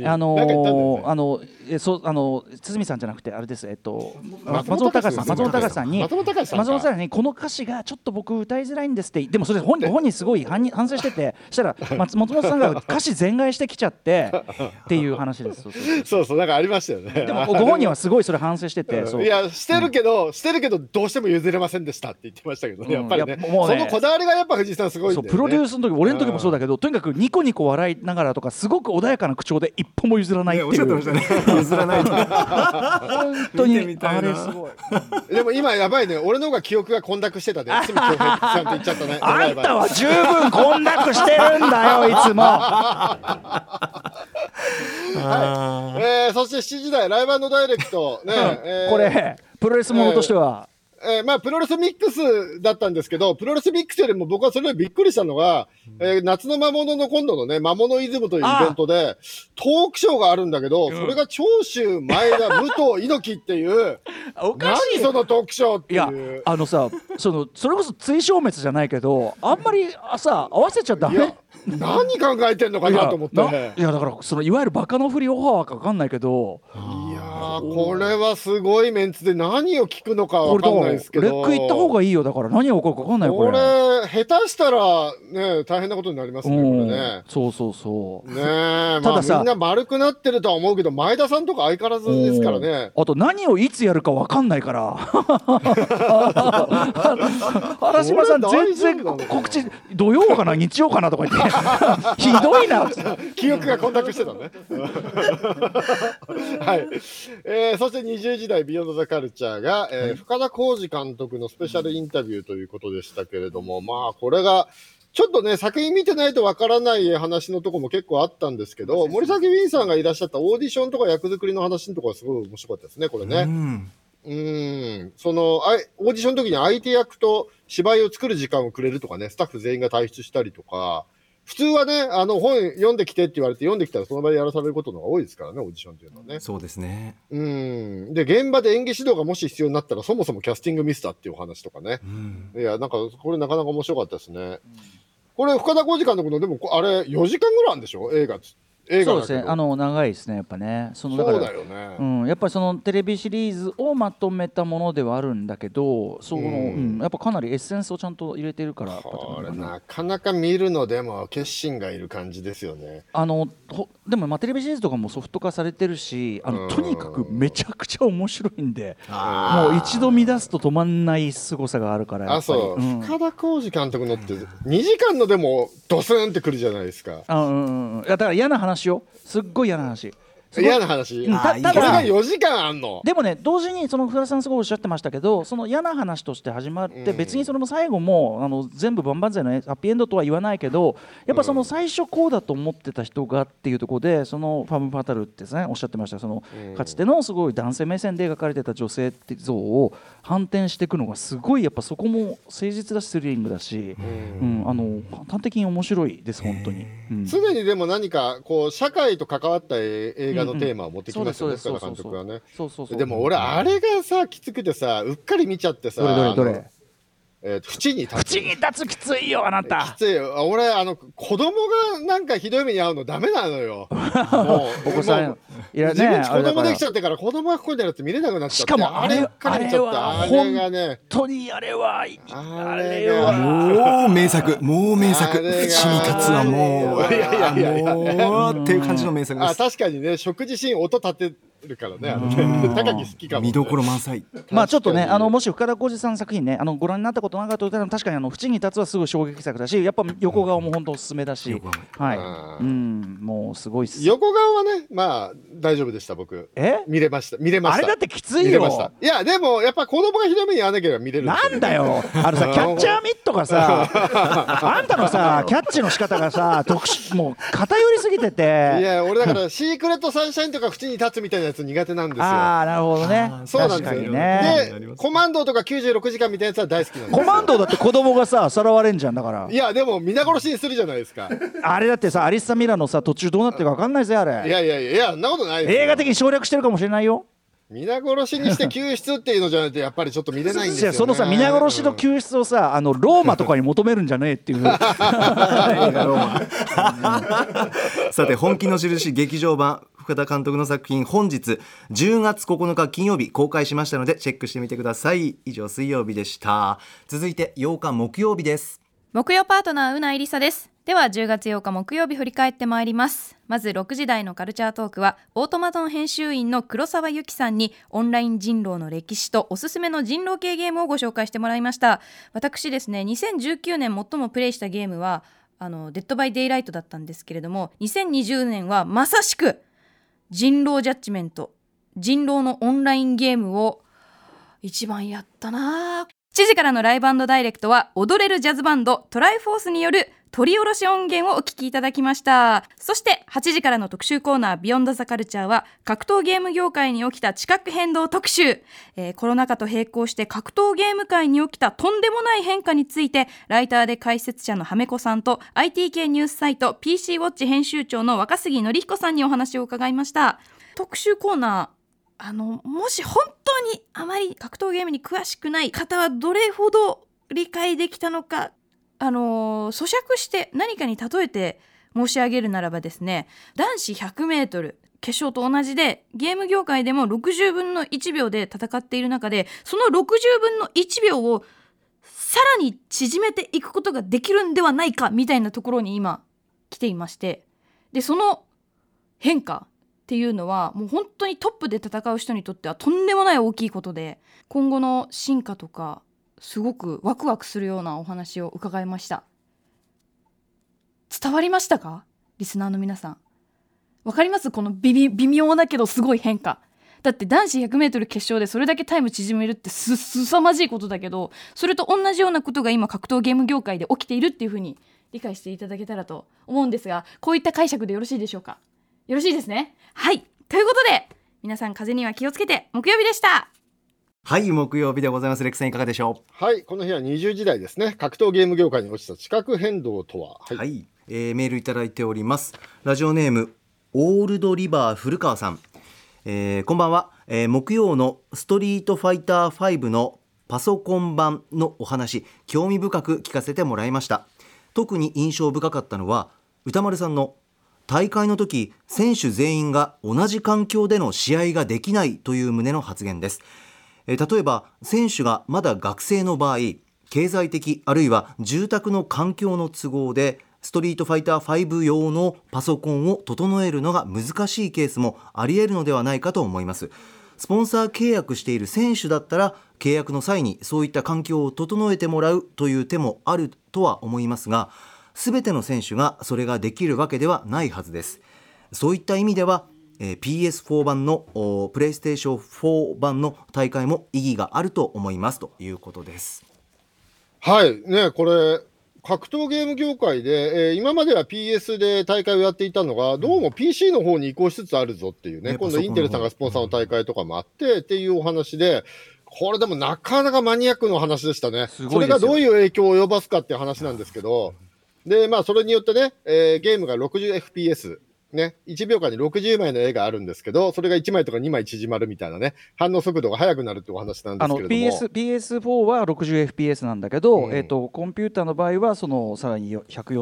さんじゃなくてあれです、松本隆さんにこの歌詞がちょっと僕歌いづらいんですって。でもそれ本人すごい反省してて、そしたら松本さんが歌詞全替えしてきちゃってっていう話です。 そうなんかありましたよね。 でもご本人はすごいそれ反省してて、 いやしてるけどどうしても譲れませんでしたって言ってましたけどね。やっぱりね、そのこだわりがやっぱ藤井さんすごいんだよね。 プロデュースの時、俺の時もそうだけど、とにかくニコニコ笑いながらとか、すごく穏やかな口調で一歩も譲らないっていう。おっしゃってましたね。譲らない。本当にあれすごい。 でも今やばいね。俺の方が記憶が混濁してたね。堤恭平さんって言っちゃったね。 あんたは十分混濁してるんだよ、いつも。 はい。そして7時台ライブ&ダイレクトね。 これプロレスものとしては。 まあプロレスミックスだったんですけど、プロレスミックスよりも僕はそれでびっくりしたのが、夏の魔物の今度のね、魔物イズムというイベントでトークショーがあるんだけど、それが長州前田武藤猪木っていう何そのトークショーっていう。いやさ、それこそ追消滅じゃないけど、あんまりさ合わせちゃダメ。 何考えてんのかなと思って。 いやだからいわゆるバカのふりオファーか分かんないけど、 いやこれはすごいメンツで何を聞くのか分かんないですけど、 レック行った方がいいよ。だから何が起こるか分かんないよ。これ下手したらね大変なことになりますね、これね。 そうねえ、たださ、みんな丸くなってるとは思うけど、前田さんとか相変わらずですからね。 あと何をいつやるか分かんないから原島さん全然告知土曜かな日曜かなとか言ってひどいな。 記憶が混濁してたねはい、そして20時代ビヨンドザカルチャーが、深田浩二監督のスペシャルインタビューということでしたけれども、まあこれがちょっとね作品見てないとわからない話のとこも結構あったんですけど、森崎ウィンさんがいらっしゃったオーディションとか役作りの話のところはすごい面白かったですね、これね。そのオーディションの時に相手役と芝居を作る時間をくれるとかね、スタッフ全員が退出したりとか、 普通はね、本読んできてって言われて読んできたらその場でやらされることの方が多いですからね、オーディションっていうのはね。 そうですね。 で、現場で演技指導がもし必要になったら、そもそもキャスティングミスだっていうお話とかね。いや、なんか、これなかなか面白かったですね。これ、深田浩二監督の、でも、あれ、4時間ぐらいあるんでしょ、映画そうですね、長いですね、やっぱね。 そうだよね。 やっぱりそのテレビシリーズをまとめたものではあるんだけど、やっぱかなりエッセンスをちゃんと入れてるから、 これなかなか見るのでも決心がいる感じですよね。 でもテレビシリーズとかもソフト化されてるし、とにかくめちゃくちゃ面白いんで、もう一度見出すと止まんない凄さがあるから。やっぱり深田浩二監督のって2時間のでもドスンってくるじゃないですか。 だから嫌な話よ、すっごい嫌な話。 嫌な話、ただこれが4時間あんの。 でもね、同時にその福田さんすごいおっしゃってましたけど、その嫌な話として始まって、別にその最後も全部万々歳のハッピーエンドとは言わないけど、やっぱその最初こうだと思ってた人がっていうところで、そのファム・ファタルってですね、おっしゃってました。そのかつてのすごい男性目線で描かれてた女性像を反転していくのがすごい、やっぱそこも誠実だしスリリングだし、端的に面白いです本当に。 常にでも何かこう社会と関わった映画のテーマを持ってきますよね、深田監督はね。でも俺あれがさきつくてさ、うっかり見ちゃってさ、 どれ縁に立つきついよ、あなた。 きついよ。俺子供がなんかひどい目に遭うのダメなのよ。 お子さん自分子供できちゃってから、子供がここでやるって見れなくなっちゃって。 しかもあれは本当にあれはもう名作、縁に立つはもうっていう感じの名作です。 確かにね、食事シーン音立てるからね、高木好きかも、 見どころ満載。 まあちょっとね、もし深田浩二さん作品ね、ご覧になったことなかったとしたら、確かに縁に立つはすごい衝撃作だし、やっぱ横顔も本当おすすめだし、もうすごいっす。 横顔はね、まあ大丈夫でした。僕見れました。 あれだってきついよ。 いやでもやっぱ子供がひどい目に遭わなければ見れる。 なんだよ、キャッチャーミットがさあんたのさキャッチの仕方がさもう偏りすぎてて。 いや俺だからシークレットサンシャインとか縁に立つみたいなやつ苦手なんですよ。 なるほどね。 そうなんですよね。でコマンドとか96時間みたいなやつは大好きなんですよ。 コマンドだって子供がささらわれんじゃん。だからいやでも皆殺しにするじゃないですか。 あれだってさ、アリッサ・ミラのさ途中どうなってるか分かんないぜあれ。 いやそんなことないですよ。 映画的に省略してるかもしれないよ。 皆殺しにして救出っていうのじゃないとやっぱりちょっと見れないんですよね。 そのさ皆殺しの救出をさローマとかに求めるんじゃねえっていうさて本気の印劇場版深田監督の作品、本日10月9日金曜日公開しましたのでチェックしてみてください。以上水曜日でした。続いて8日木曜日です。 木曜パートナーうないりさです。では10月8日木曜日振り返ってまいります。まず6時台のカルチャートークはオートマトン編集員の黒沢由紀さんにオンライン人狼の歴史とおすすめの人狼系ゲームをご紹介してもらいました。私ですね、2019年最もプレイしたゲームはデッドバイデイライトだったんですけれども、2020年はまさしく人狼ジャッジメント、人狼のオンラインゲームを一番やったな。7時からのライブ&ダイレクトは踊れるジャズバンドトライフォースによる取り下ろし音源をお聞きいただきました。そして8時からの特集コーナービヨンドザカルチャーは格闘ゲーム業界に起きた地殻変動特集、コロナ禍と並行して格闘ゲーム界に起きたとんでもない変化についてライターで解説者のはめこさんと IT 系ニュースサイト PC ウォッチ編集長の若杉典彦さんにお話を伺いました。特集コーナーもし本当にあまり格闘ゲームに詳しくない方はどれほど理解できたのか、咀嚼して何かに例えて申し上げるならばですね、男子 100m 決勝と同じでゲーム業界でも60分の1秒で戦っている中で、その60分の1秒をさらに縮めていくことができるんではないかみたいなところに今来ていまして、でその変化っていうのはもう本当にトップで戦う人にとってはとんでもない大きいことで、今後の進化とかすごくワクワクするようなお話を伺いました。伝わりましたか？リスナーの皆さんわかります？この微妙だけどすごい変化。だって男子 100m 決勝でそれだけタイム縮めるってすさまじいことだけど、それと同じようなことが今格闘ゲーム業界で起きているっていうふうに理解していただけたらと思うんですが、こういった解釈でよろしいでしょうか？よろしいですね。はい、ということで皆さん風邪には気をつけて。木曜日でした。 はい、木曜日でございます。レックさんいかがでしょう。はい、この日は20時代ですね。格闘ゲーム業界に落ちた地殻変動とは。 はい、メールいただいております。ラジオネームオールドリバー古川さん、こんばんは。木曜のストリートファイター5のパソコン版のお話、興味深く聞かせてもらいました。特に印象深かったのは歌丸さんの大会の時、選手全員が同じ環境での試合ができないという旨の発言です。例えば選手がまだ学生の場合、経済的あるいは住宅の環境の都合でストリートファイター5用のパソコンを整えるのが難しいケースもあり得るのではないかと思います。スポンサー契約している選手だったら契約の際にそういった環境を整えてもらうという手もあるとは思いますが、全ての選手がそれができるわけではないはずです。そういった意味ではPS4 版のプレイステーション4版の大会も意義があると思いますということです。 はいね、これ格闘ゲーム業界で、今までは PS で大会をやっていたのがどうも PC の方に移行しつつあるぞっていうね、今度インテルさんがスポンサーの大会とかもあってっていうお話で、これでもなかなかマニアックの話でしたね。それがどういう影響を及ばすかっていう話なんですけど、でそれによってね、ゲームが 60fpsね、1秒間に60枚の絵があるんですけど、それが1枚とか2枚縮まるみたいなね、反応速度が速くなるってお話なんですけれども、 PS4 は 60fps なんだけど、コンピューターの場合はそのさらに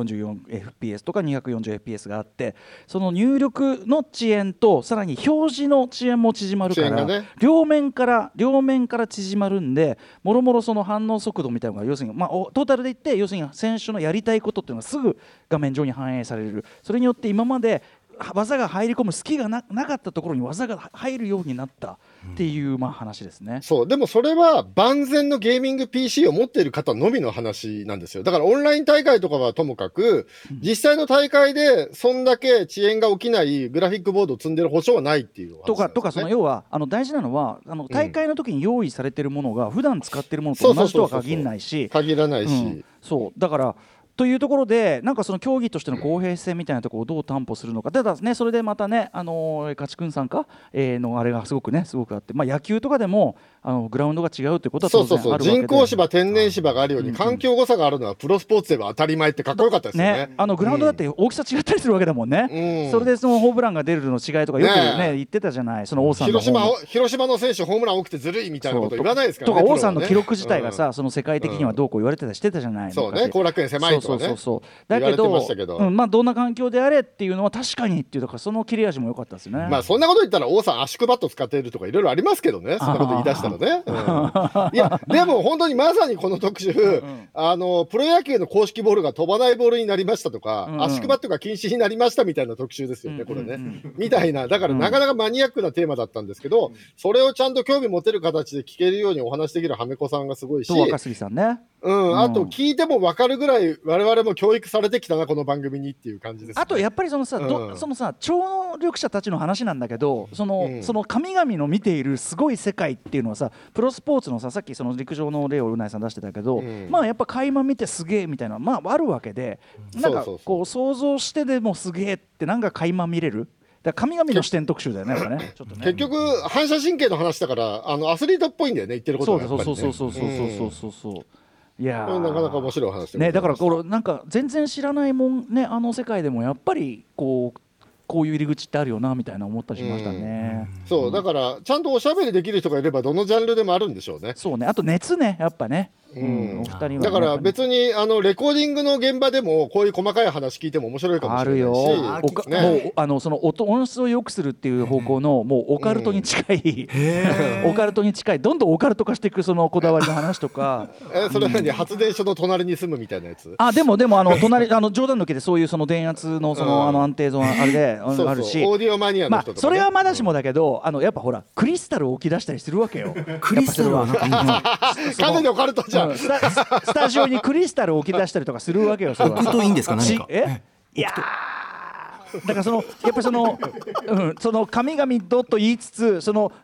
144fps とか 240fps があって、その入力の遅延とさらに表示の遅延も縮まるから、ね、両面から縮まるんで、もろもろその反応速度みたいなのが要するに、トータルで言って要するに選手のやりたいことっていうのがすぐ画面上に反映される。それによって今まで技が入り込む隙が なかったところに技が入るようになったっていう、話ですね。 そうでもそれは万全のゲーミング PC を持っている方のみの話なんですよ。だからオンライン大会とかはともかく、実際の大会でそんだけ遅延が起きないグラフィックボードを積んでる保証はないっていう話なんですね。 とかその要は大事なのは大会の時に用意されているものが普段使っているものと同じとは限らないし、 限らないし、 そうだからというところで、なんかその競技としての公平性みたいなところをどう担保するのか。ただね、それでまたね、勝ちくんさんか、のあれがすごくあって、野球とかでもグラウンドが違うということは当然あるわけで、 人工芝天然芝があるように環境誤差があるのはプロスポーツでは当たり前ってかっこよかったですよね。 グラウンドだって大きさ違ったりするわけだもんね、それでそのホームランが出るの違いとかよくね言ってたじゃない。その王さんの広島の選手ホームラン多くてずるいみたいなこと言わないですからね。 とか王さんの記録自体がさ、その世界的にはどうこう言われてたりしてたじゃない。 そうね、後楽園狭いとかね。 だけどどんな環境であれっていうのは確かにっていう、だからその切れ味も良かったですね。 そんなこと言ったら王さん圧縮バット使っているとかいろいろありますけどね、そんなこと言い出したらね、いやでも本当にまさにこの特集、プロ野球の公式ボールが飛ばないボールになりましたとか、圧縮バットが禁止になりましたみたいな特集ですよね、これね、みたいな。だからなかなかマニアックなテーマだったんですけど、それをちゃんと興味持てる形で聞けるようにお話できるはめこさんがすごいし、 若杉さんね、 あと聞いても分かるぐらい我々も教育されてきたなこの番組にっていう感じです、ね。 あとやっぱりそのさ、超能力者たちの話なんだけど、その神々の見ているすごい世界っていうのはさ、プロスポーツのさっきその陸上の例をうないさん出してたけど、やっぱ垣間見てすげえみたいなあるわけで、なんかこう想像してでもすげえってなんか垣間見れる。だ神々の視点特集だよね、これね。ちょっとね、 結局反射神経の話だからアスリートっぽいんだよね、言ってることがやっぱりね。 そういやなかなか面白い話ね。だからこれなんか全然知らないもんね、世界でもやっぱりこういう入り口ってあるよなみたいな思ったりしましたね。 そうだからちゃんとおしゃべりできる人がいればどのジャンルでもあるんでしょうね。 そうね、あと熱ね、やっぱね。お二人はね、 だから別にレコーディングの現場でもこういう細かい話聞いても面白いかもしれないし、もうその音質を良くするっていう方向のもうオカルトに近い、オカルトに近い、どんどんオカルト化していくそのこだわりの話とかそれ何、発電所の隣に住むみたいなやつ。 でも隣冗談抜きでそういうその電圧のその安定ゾーンあれであるし、 オーディオマニアの人とかね、 それはまだしもだけどやっぱほらクリスタルを置き出したりするわけよ。 クリスタルは完全にオカルトじゃん。 スタジオにクリスタルを置き出したりとかするわけよ。 置くといいんですか、何か。 いやだからやっぱりその神々と言いつつ、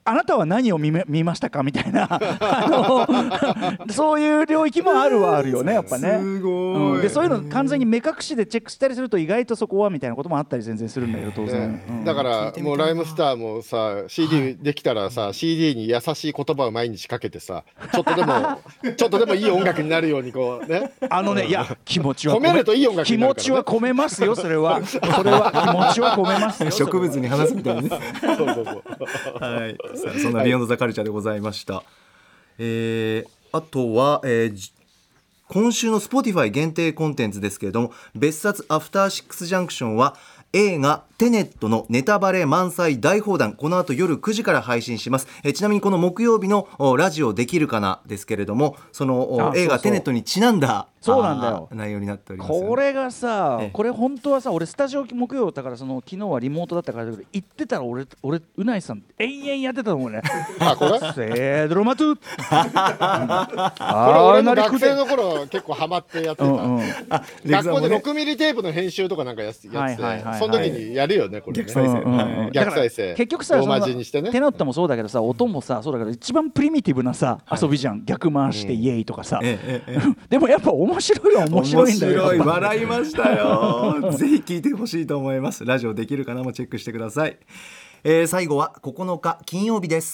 あなたは何を見ましたかみたいなそういう領域もあるよねやっぱね。 すごい、 でそういうの完全に目隠しでチェックしたりすると意外とそこはみたいなこともあったり全然するんだけど当然、 だからもうライムスターもさ CD できたらさ CD に優しい言葉を毎日かけてさちょっとでもいい音楽になるようにこうねいや気持ちは込めるといい音楽になるから、ね、 気持ちは込めますよそれは気持ちは込めますよ植物に話すみたいなねそうはい、そんなビヨンドザカルチャーでございました。あとは、今週の Spotify 限定コンテンツですけれども、別冊アフターシックスジャンクションは映画テネットのネタバレ満載大放談、この後夜9時から配信します。ちなみにこの木曜日のラジオできるかなですけれども、その映画テネットにちなんだそうなんだよ内容になっております、 これがさ、これ本当はさ、俺スタジオ木曜だから昨日はリモートだったからだけど、行ってたら俺うないさん延々やってたと思うね。 あ、これセドロマトゥこれ俺も学生の頃結構ハマってやってた、学校で6ミリテープの編集とかなんかやってて、その時にやるよねこれね、逆再生結局さ、 ローマ字にしてね、 テノットもそうだけどさ、音もさそうだけど一番プリミティブなさ遊びじゃん、逆回してイエイとかさ、でもやっぱ面白いは面白いんだよ。 面白い、笑いましたよぜひ聞いてほしいと思います。ラジオできるかなもチェックしてください。最後は9日金曜日です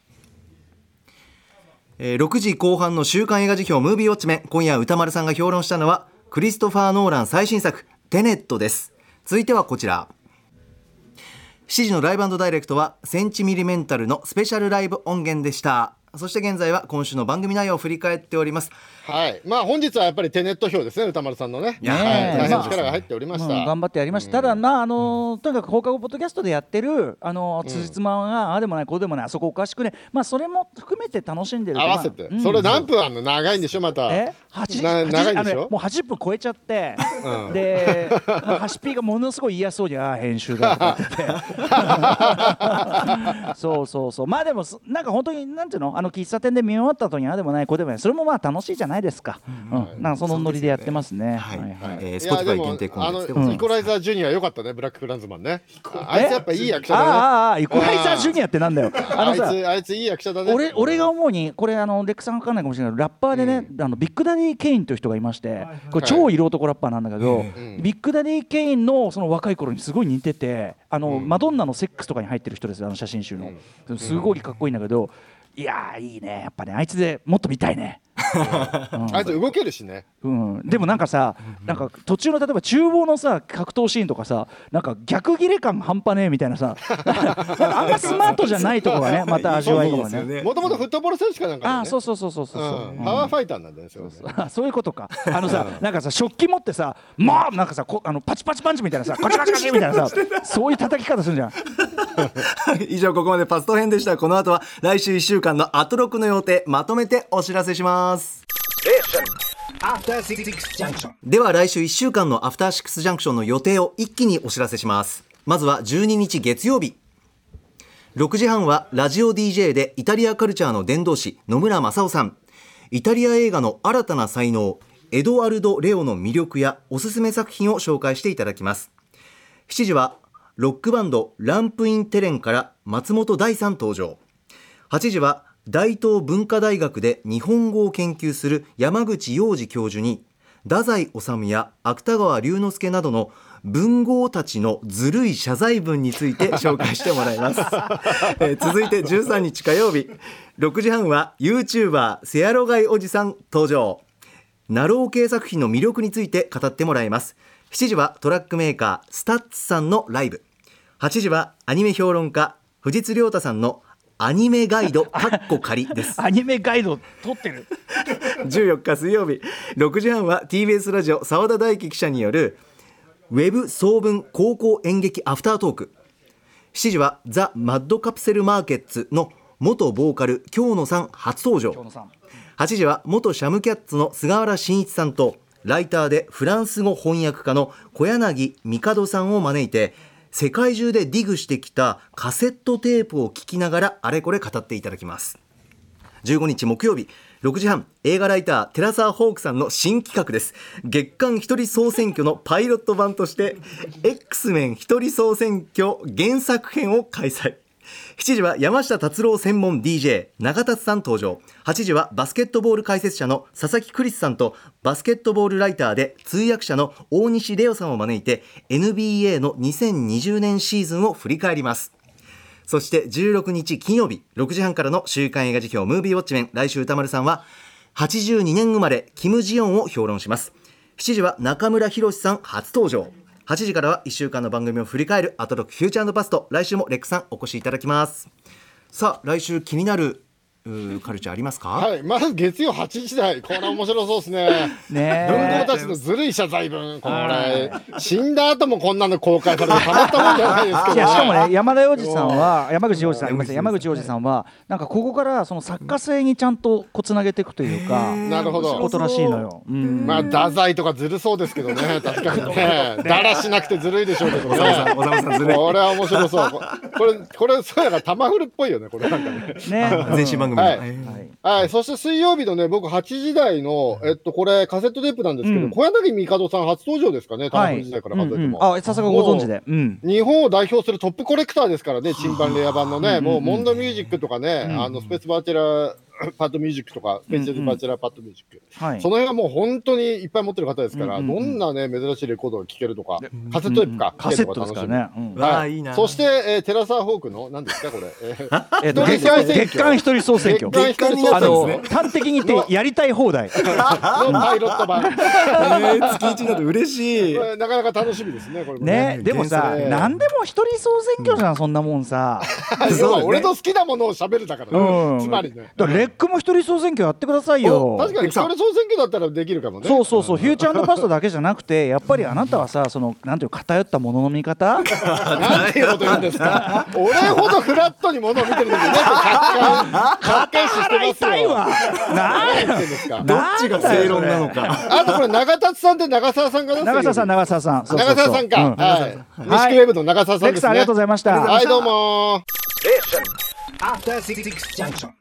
。6時後半の週刊映画辞表ムービーウォッチメン、今夜歌丸さんが評論したのはクリストファー・ノーラン最新作テネットです。続いてはこちら、7時のライブ&ダイレクトはセンチミリメンタルのスペシャルライブ音源でした。そして現在は今週の番組内容を振り返っております。 はい、まあ本日はやっぱりテネット表ですね、歌丸さんのね、大変力が入っておりました。 頑張ってやりました。ただとにかく放課後ポッドキャストでやってる辻褄があでもないこうでもない、あそこおかしくね、まあそれも含めて楽しんでる。 合わせて、それ何分あんの？長いんでしょまた。長いんでしょ？ もう80分超えちゃって、でハシピーがものすごい嫌そうに編集だとか言ってそうまあでもなんか本当になんていうの、喫茶店で見終わった後にあでもないこうでもない、それもまあ楽しいじゃないですか。なんかそのノリでやってますね。 Spotify 限定コンテンツイコライザージュニア良かったね、ブラック・クランズマンね。あいつやっぱいい役者だね。 イコライザージュニアってなんだよ。 あいついい役者だね。俺が思うにこれレックさん分かんないかもしれないけど、ラッパーでね、ビッグダディ・ケインという人がいまして、これ超色男ラッパーなんだけど、ビッグダディ・ケインのその若い頃にすごい似てて、マドンナのセックスとかに入ってる人ですよ、写真集の。すごいかっこいいんだけど、いやーいいね、やっぱね、あいつでもっと見たいね。 あいつ動けるしね。 でもなんかさ、なんか途中の例えば厨房のさ格闘シーンとかさ、なんか逆ギレ感半端ねえみたいなさ、あんまスマートじゃないとこがね、また味わいがね。 もともとフットボール選手かなんかね。 そうパワーファイターなんだよ。 そういうことか。なんかさ食器持ってさ、まあなんかさパチパチパンチみたいなさ、カチカチカチみたいなさ、そういう叩き方するじゃん。 以上ここまでパスト編でした。この後は来週1週間のアトロクの予定まとめてお知らせします。では来週1週間のアフターシックスジャンクションの予定を一気にお知らせします。まずは12日月曜日6時半はラジオ DJ でイタリアカルチャーの伝道師野村正夫さん、イタリア映画の新たな才能エドワルド・レオの魅力やおすすめ作品を紹介していただきます。7時はロックバンドランプインテレンから松本大さん登場。8時は大東文化大学で日本語を研究する山口洋二教授に太宰治や芥川龍之介などの文豪たちのずるい謝罪文について紹介してもらいます、続いて13日火曜日6時半は YouTuber セアロガイおじさん登場。ナロー系作品の魅力について語ってもらいます。7時はトラックメーカースタッツさんのライブ。8時はアニメ評論家藤津亮太さんのアニメガイド仮ですアニメガイド撮ってる 14日水曜日6時半は TBS ラジオ澤田大樹記者によるウェブ総文高校演劇アフタートーク。7時はザ・マッドカプセルマーケッツの元ボーカル京野さん初登場。8時は元シャムキャッツの菅原慎一さんとライターでフランス語翻訳家の小柳帝さんを招いて世界中でディグしてきたカセットテープを聞きながらあれこれ語っていただきます。15日木曜日6時半映画ライター寺澤ホークさんの新企画です。月間一人総選挙のパイロット版として X メン一人総選挙原作編を開催。 7時は山下達郎専門 DJ 永達さん登場。8時はバスケットボール解説者の佐々木クリスさんとバスケットボールライターで通訳者の大西レオさんを招いて NBA の2020年シーズンを振り返ります。そして16日金曜日6時半からの週刊映画辞表ムービーウォッチメン、来週歌丸さんは82年生まれキム・ジヨンを評論します。7時は中村博さん初登場。8時からは1週間の番組を振り返るアトロックフューチャー&パスト、来週もレックさんお越しいただきます。さあ来週気になるカルチャーありますか？ はい、まず月曜8時台、これ面白そうですね。文豪たちのずるい謝罪文、これ死んだ後もこんなの公開されてたまったもんじゃないですけど、 いやしかもね、山田洋次さんは山口洋次さんはなんかここからその作家性にちゃんとこうつなげていくというか、 なるほど、 ことらしいのよ。 まあ太宰とかずるそうですけどね、確かにね、だらしなくてずるいでしょうけどね。これは面白そう。これそうやから玉フルっぽいよね、これなんかね。 前身番組。 はい、そして水曜日のね、僕8時台のこれカセットテープなんですけど、小柳帝さん初登場ですかね、玉フル時代から数えても。 さすがご存知で。 日本を代表するトップコレクターですからね、チンパンレア版のね、もうモンドミュージックとかね、スペースバーチャラーパッドミュージックとかスペシャルバーチャラーパッドミュージック、その辺はもう本当にいっぱい持ってる方ですから、どんなね珍しいレコードが聴けるとか、カセットテープかカセットですからね。そしてテラサーホークの何ですかこれ、 月間一人総選挙、端的に言ってやりたい放題のパイロット版。 月1だと嬉しい。 なかなか楽しみですねこれね。でもさ、何でも一人総選挙じゃん、そんなもんさ。 俺の好きなものを喋るだからね。つまりね。 レックも一人総選挙やってくださいよ。 確かに一人総選挙だったらできるかもね。 そうフューチャー&パストだけじゃなくて、やっぱりあなたはさ、そのなんていう偏ったものの見方、 なんていうこと言うんですか。俺ほどフラットにものを見てるのに、客観視してますよ。 何言ってんですか。 どっちが正論なのか。 あとこれ永達さんって長澤さんが長澤さんか。 西区ウェブの長澤さんですね。 ありがとうございました。 はい、どうも。